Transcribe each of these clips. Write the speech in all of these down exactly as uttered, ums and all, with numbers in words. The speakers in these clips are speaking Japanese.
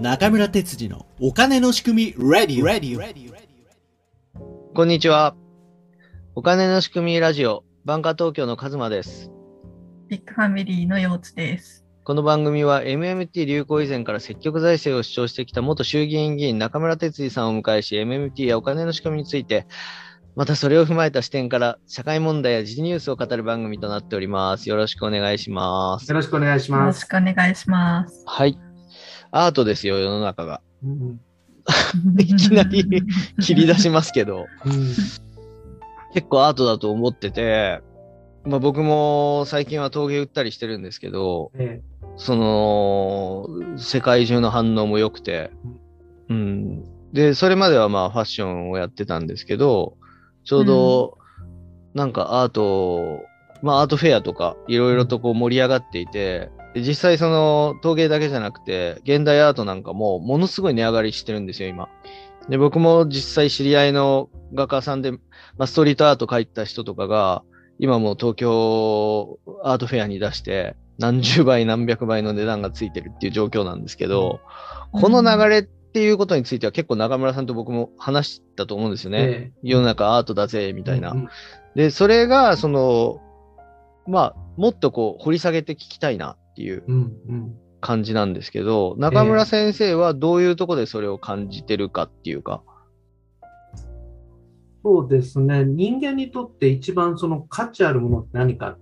中村哲次のお金の仕組み Ready。 こんにちは。お金の仕組みラジオバンカー東京のカズマです。 ビッグファミリーのようつです。 この番組は エムエムティー 流行以前から積極財政を主張してきた元衆議院議員中村哲次さんを迎えし エムエムティー やお金の仕組みについて、またそれを踏まえた視点から社会問題や時事ニュースを語る番組となっております。よろしくお願いします。 よろしくお願いしよろます。 しくお願いします。 はい。アートですよ、世の中が。 うん、 いきなり切り出しますけど、 うん、 結構アートだと思ってて、まあ、僕も最近は陶芸売ったりしてるんですけど、 えその世界中の反応も良くて、うん、でそれまではまあファッションをやってたんですけど、ちょうどなんかアート、まあアートフェアとかいろいろとこう盛り上がっていて、で実際その陶芸だけじゃなくて現代アートなんかもものすごい値上がりしてるんですよ今。で僕も実際知り合いの画家さんで、まあ、ストリートアート描いた人とかが今もう東京アートフェアに出して何十倍何百倍の値段がついてるっていう状況なんですけど、うん、この流れっていうことについては結構中村さんと僕も話したと思うんですよね。ええ、世の中アートだぜみたいな。うんうん、でそれがそのまあもっとこう掘り下げて聞きたいなっていう感じなんですけど、うんうん、中村先生はどういうところでそれを感じてるかっていうか。 そうですね。人間にとって一番その価値あるものって何か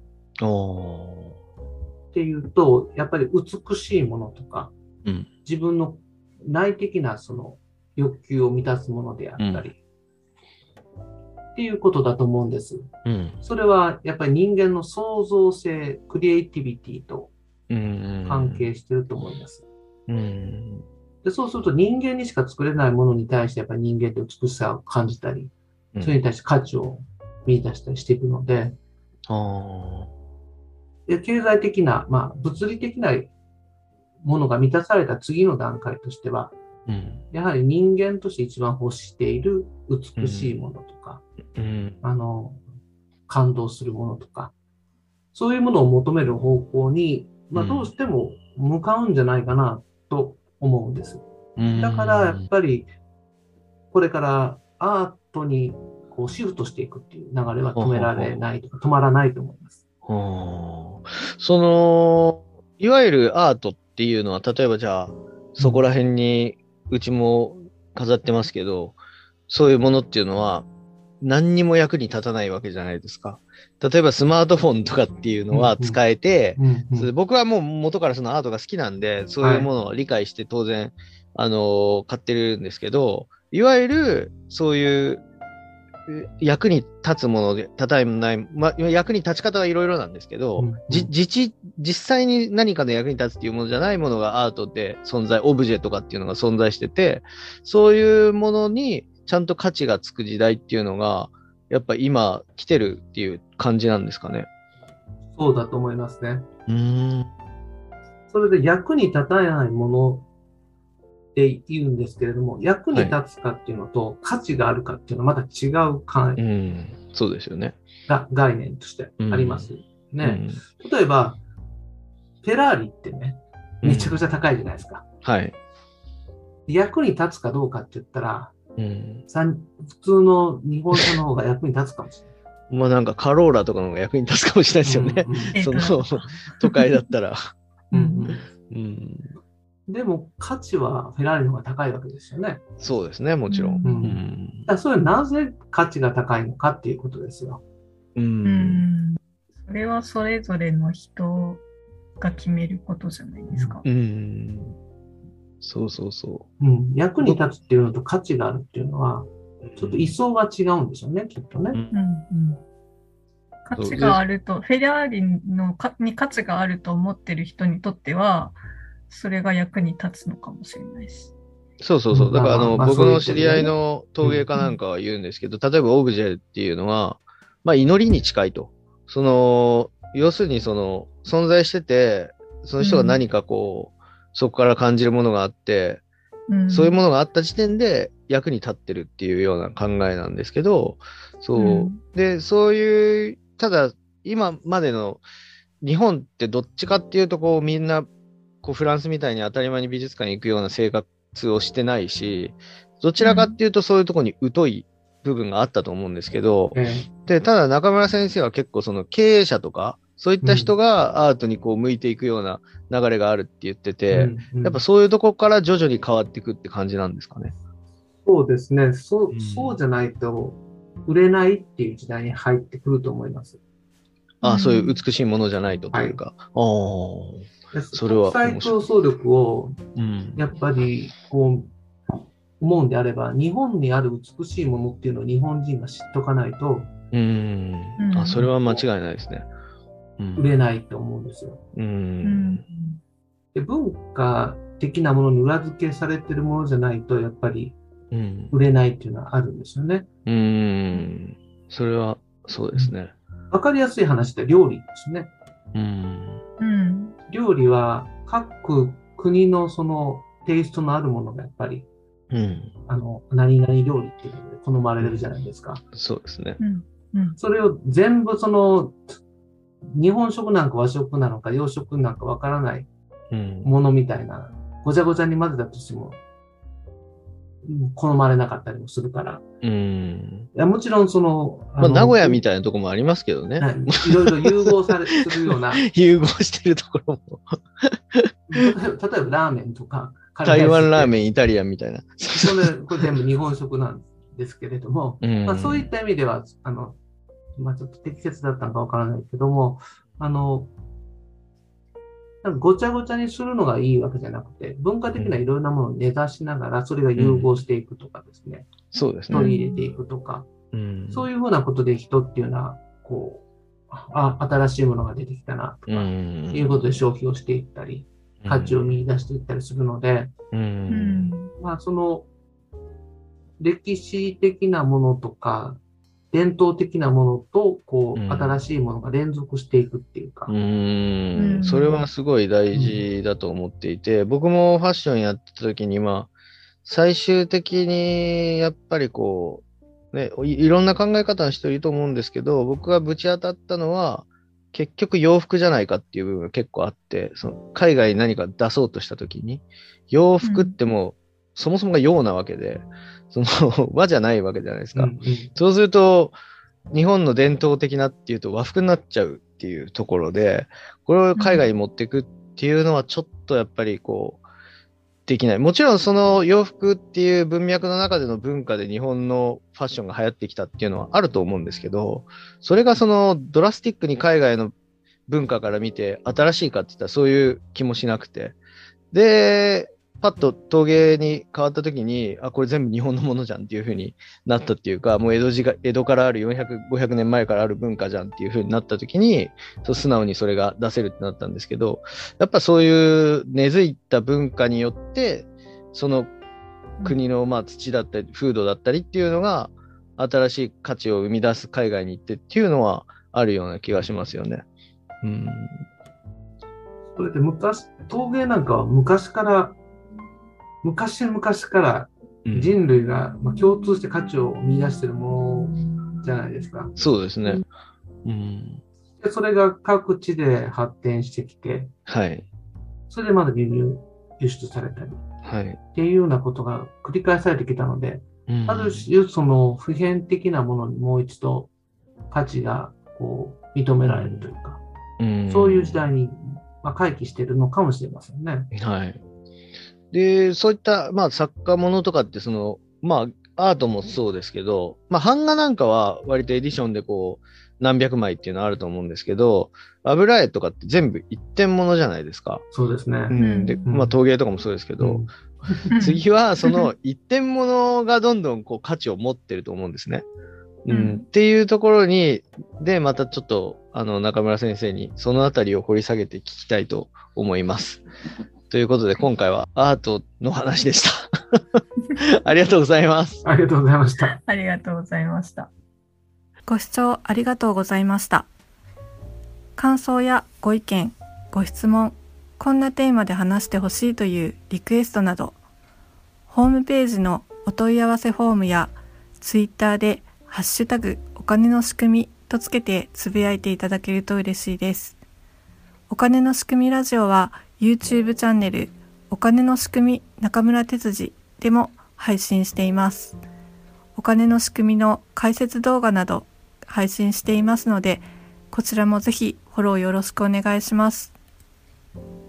っていうと、やっぱり美しいものとか、うん、自分の内的なその欲求を満たすものであったり、うん、っていうことだと思うんです、うん。それはやっぱり人間の創造性、クリエイティビティと関係していると思います。うんうんでそうすると人間にしか作れないものに対してやっぱり人間って美しさを感じたり、うん、それに対して価値を見出したりしていくので、あで経済的な、まあ、物理的なものが満たされた次の段階としては、うん、やはり人間として一番欲している美しいものとか、うん、あの感動するものとか、そういうものを求める方向に、まあ、どうしても向かうんじゃないかなと思うんです。だからやっぱりこれからアートにこうシフトしていくっていう流れは止められないとか止まらないと思います。 そのいわゆるアートっていうのは、例えばじゃあそこら辺にうちも飾ってますけど、そういうものっていうのは何にも役に立たないわけじゃないですか。例えばスマートフォンとかっていうのは使えて、うんうん、僕はもう元からそのアートが好きなんで、そういうものを理解して当然、はい、あのー、買ってるんですけど、いわゆるそういう役に立つもので、例えばない、まあ、役に立ち方はいろいろなんですけど、うんうん、じ実実際に何かの役に立つっていうものじゃないものがアートで存在、オブジェとかっていうのが存在してて、そういうものにちゃんと価値がつく時代っていうのがやっぱ今来てるっていう感じなんですかね。 そうだと思いますね。うーんそれで役に立たないものって言うんですけれども、役に立つかっていうのと、はい、価値があるかっていうのはまた違う概念、うん、 そうですよね。 が概念としてありますね、うん。例えばフェラーリってね、めちゃくちゃ高いじゃないですか。 うん、はい。 役に立つかどうかって言ったら。うん、普通の日本車の方が役に立つかもしれない。 まあなんかカローラとかの方が役に立つかもしれないですよね。うんうん、その都会だったら、うんうんうん。でも価値はフェラーリの方が高いわけですよね。 そうですね、もちろん。うんうん、 だそれはなぜ価値が高いのかっていうことですよ。 うん、それはそれぞれの人が決めることじゃないですか。うんそうそうそう、 うん。役に立つっていうのと価値があるっていうのは、ちょっと位相が違うんでしょうね、きっとね。うんうん、 価値があると、フェラーリのかに価値があると思ってる人にとっては、それが役に立つのかもしれないし。 そうそうそう。だからあの、まあまあ、僕の知り合いの陶芸家なんかは言うんですけど、うん、例えばオブジェっていうのは、まあ祈りに近いと。その、要するにその、存在してて、その人が何かこう、うんそこから感じるものがあって、うん、そういうものがあった時点で役に立ってるっていうような考えなんですけど、そう、うん、で、そういう、ただ今までの日本ってどっちかっていうとこうみんなこうフランスみたいに当たり前に美術館に行くような生活をしてないし、どちらかっていうとそういうところに疎い部分があったと思うんですけど、 えで、ただ中村先生は結構その経営者とか、そういった人がアートにこう向いていくような流れがあるって言ってて、 うんうんやっぱそういうところから徐々に変わっていくって感じなんですかね。 そうですね。そう、 うんそうじゃないと売れないっていう時代に入ってくると思います。 あ、 うんそういう美しいものじゃないとというか。ああ、 でそれは国際競争力をうん。 やっぱりこう思うんであれば、日本にある美しいものっていうのを日本人が知っとかないとうん。あ、それは間違いないですね。うん売れないと思うんですよ。 う。 うんん。 で、文化的なものに裏付けされてるものじゃないと、やっぱりうん。 売れないっていうのはあるんですよね。 うん。それはそうですね。 わかりやすい話って料理ですね。 うん。 うん。 料理は各国のそのテイストのあるものがやっぱり、 うん。 あの、何々料理っていうので好まれるじゃないですか。 そうですね。 うん。うん。 それを全部その、日本食なんか和食なのか洋食なんかわからないうん。 ものみたいな、ごちゃごちゃに混ぜたとしても、好まれなかったりもするから。 うん。 いやもちろんその、 まあ、名古屋みたたいなとこもありますけどね。 い、いろいろ融合され、するような、例融合してるところも。 えば例えばラーメンとか、 台湾ラーン。 メン、イタリアンみたいな。 それ、これ全部日本食なんですけれども、 うんまあ、そういった意味では、あの、まあ、ちょっと適切だったのかわからないけども、あの、なんかごちゃごちゃにするのがいいわけじゃなくて、文化的ないろんなものを根ざしながら、それが融合していくとかですね、 そうですね。 取り入れていくとか、 うん。 そういうふうなことで人っていうのは、こう、あ、新しいものが出てきたな、とうか、 ん。 いうことで消費をしていったり、価値を見出していったりするので、 う。 うんん。 まあ、その、歴史的なものとか、伝統的なものと、こう、 うん新しいものが連続していくっていうか。 ううんん。それはすごい大事だと思っていて、僕もファッションやってた時に、まあ、最終的に、やっぱりこう、ね、いいろんな考え方の人いると思うんですけど、僕がぶち当たったのは、結局洋服じゃないかっていう部分が結構あって、その海外に何か出そうとした時に、洋服ってもう、そもそもが洋なわけで、その和じゃないわけじゃないですか。 うんうんそうすると、日本の伝統的なっていうと和服になっちゃうっていうところで、これを海外に持っていくっていうのはちょっとやっぱりこう、できない。もちろんその洋服っていう文脈の中での文化で日本のファッションが流行ってきたっていうのはあると思うんですけど、それがそのドラスティックに海外の文化から見て新しいかって言ったらそういう気もしなくて。で、パッと陶芸に変わった時に、あ、これ全部日本のものじゃんっていう風になったっていうか、もう江戸時が、江戸からあるよんひゃく、ごひゃくねんまえからある文化じゃんっていう風になった時に、そう素直にそれが出せるってなったんですけど、やっぱそういう根付いた文化によって、その国のまあ土だったり、風土だったりっていうのが、新しい価値を生み出す海外に行ってっていうのはあるような気がしますよね。うん。 それで昔、陶芸なんかは昔から、昔々からうん人類がまあ共通して価値を見出しているものじゃないですか。 そうですね。うん。 でそれが各地で発展してきて、 はい。 それでまだ輸入、輸出されたりはい。 っていうようなことが繰り返されてきたので、 うんある種その普遍的なものにもう一度価値がこう認められるというか、 うんそういう時代にまあ回帰しているのかもしれませんね。 はい。で、そういった、まあ、作家ものとかって、その、まあ、アートもそうですけど、まあ、版画なんかは割とエディションでこう、何百枚っていうのはあると思うんですけど、油絵とかって全部一点物じゃないですか。 そうですね。 うん。で、まあ、陶芸とかもそうですけど、 うん次はその一点物がどんどんこう価値を持ってると思うんですね。うん。 うんっていうところに、で、またちょっと、あの、中村先生にそのあたりを掘り下げて聞きたいと思います。ということで、今回はアートの話でした。ありがとうございます。 ありがとうございました。 ありがとうございました。 ご視聴ありがとうございました。感想やご意見、ご質問、こんなテーマで話してほしいというリクエストなど、ホームページのお問い合わせフォームやツイッターでハッシュタグお金の仕組みとつけてつぶやいていただけると嬉しいです。お金の仕組みラジオは YouTube チャンネルお金の仕組み中村哲司でも配信しています。お金の仕組みの解説動画など配信していますので、こちらもぜひフォローよろしくお願いします。